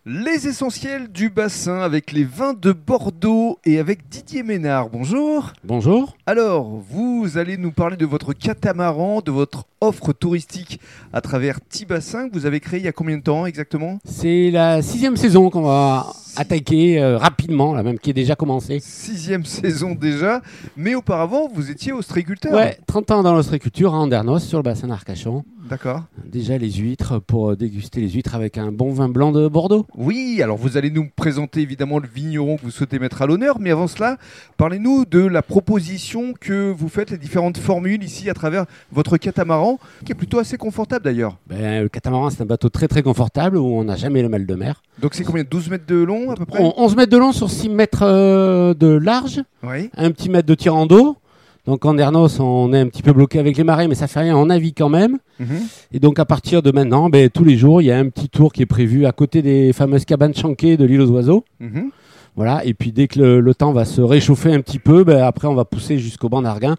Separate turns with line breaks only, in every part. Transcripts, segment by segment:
Les essentiels du bassin avec les vins de Bordeaux et avec Didier Ménard. Bonjour.
Bonjour.
Alors, vous allez nous parler de votre catamaran, de votre offre touristique à travers Tibassin que vous avez créé il y a combien de temps exactement ?
C'est la 6e saison qu'on va attaquer rapidement, là même qui est déjà commencée.
6e saison déjà, mais auparavant vous étiez ostréiculteur.
Ouais, 30 ans dans l'ostréiculture à Andernos sur le bassin d'Arcachon.
D'accord.
Déjà les huîtres pour déguster les huîtres avec un bon vin blanc de Bordeaux.
Oui, alors vous allez nous présenter évidemment le vigneron que vous souhaitez mettre à l'honneur, mais avant cela, parlez-nous de la proposition que vous faites, les différentes formules ici à travers votre catamaran, qui est plutôt assez confortable d'ailleurs.
Le catamaran, c'est un bateau très très confortable où on n'a jamais le mal de mer.
Donc c'est combien, 12 mètres de long à peu près ?
11 mètres de long sur 6 mètres de large,
Oui.
un petit mètre de tirant d'eau. Donc en Andernos, on est un petit peu bloqué avec les marées, mais ça fait rien, on navigue quand même. Et donc à partir de maintenant, tous les jours, il y a un petit tour qui est prévu à côté des fameuses cabanes chanquées de l'île aux oiseaux. Voilà. Et puis dès que le temps va se réchauffer un petit peu, après on va pousser jusqu'au banc d'Arguin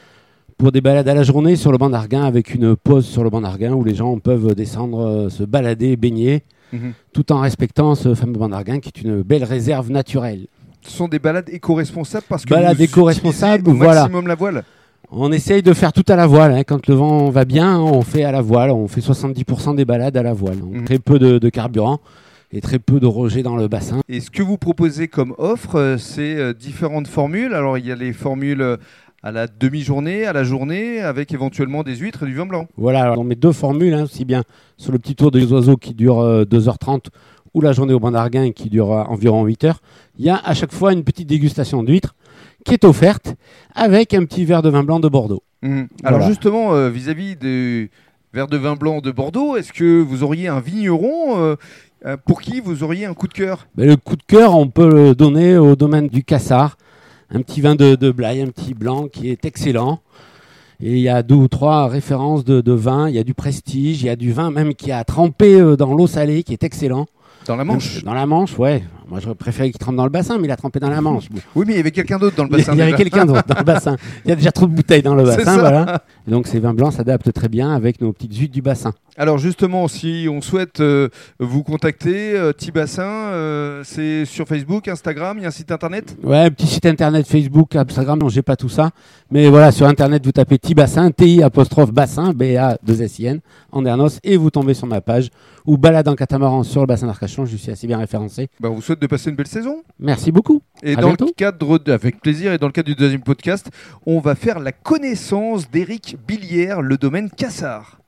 pour des balades à la journée sur le banc d'Arguin avec une pause sur le banc d'Arguin où les gens peuvent descendre, se balader, baigner, tout en respectant ce fameux banc d'Arguin qui est une belle réserve naturelle.
Ce sont des balades éco-responsables parce que
balades
vous
éco-responsables,
utilisez au
voilà.
maximum la voile.
On essaye de faire tout à la voile. Quand le vent va bien, on fait à la voile. On fait 70% des balades à la voile. Donc, très peu de carburant et très peu de rejets dans le bassin.
Et ce que vous proposez comme offre, c'est différentes formules. Alors il y a les formules à la demi-journée, à la journée, avec éventuellement des huîtres et du vin blanc.
Voilà, alors on met deux formules, aussi bien sur le petit tour des oiseaux qui dure 2h30 ou la journée au banc d'Arguin qui dure environ 8h. Il y a à chaque fois une petite dégustation d'huîtres qui est offerte avec un petit verre de vin blanc de Bordeaux.
Alors
Voilà.
justement, vis-à-vis des verres de vin blanc de Bordeaux, est-ce que vous auriez un vigneron pour qui vous auriez un coup de cœur ?
Le coup de cœur, on peut le donner au domaine du Cassard. Un petit vin de Blaye, un petit blanc qui est excellent. Et il y a 2 ou 3 références de vin. Il y a du Prestige, il y a du vin même qui a trempé dans l'eau salée, qui est excellent.
Dans la Manche ?
Dans la Manche, ouais. Moi, j'aurais préféré qu'il trempe dans le bassin, mais il a trempé dans la Manche.
Oui, mais il y avait quelqu'un d'autre dans le bassin.
Il y avait
déjà.
quelqu'un d'autre dans le bassin. Il y a déjà trop de bouteilles dans le
C'est
bassin,
ça.
voilà. Et donc, ces vins blancs s'adaptent très bien avec nos petites huîtres du bassin.
Alors justement, si on souhaite vous contacter, Tibassin, c'est sur Facebook, Instagram, il y a un site internet ?
Ouais, un petit site internet, Facebook, Instagram, non, j'ai pas tout ça. Mais voilà, sur internet, vous tapez Tibassin, TI'-bassin, BA2SIN, Andernos, et vous tombez sur ma page, ou balade en catamaran sur le bassin d'Arcachon, je suis assez bien référencé.
On vous souhaite de passer une belle saison.
Merci beaucoup.
Et
À
dans
bientôt.
le cadre, avec plaisir, et dans le cadre du deuxième podcast, on va faire la connaissance d'Éric Billière, le domaine Cassard.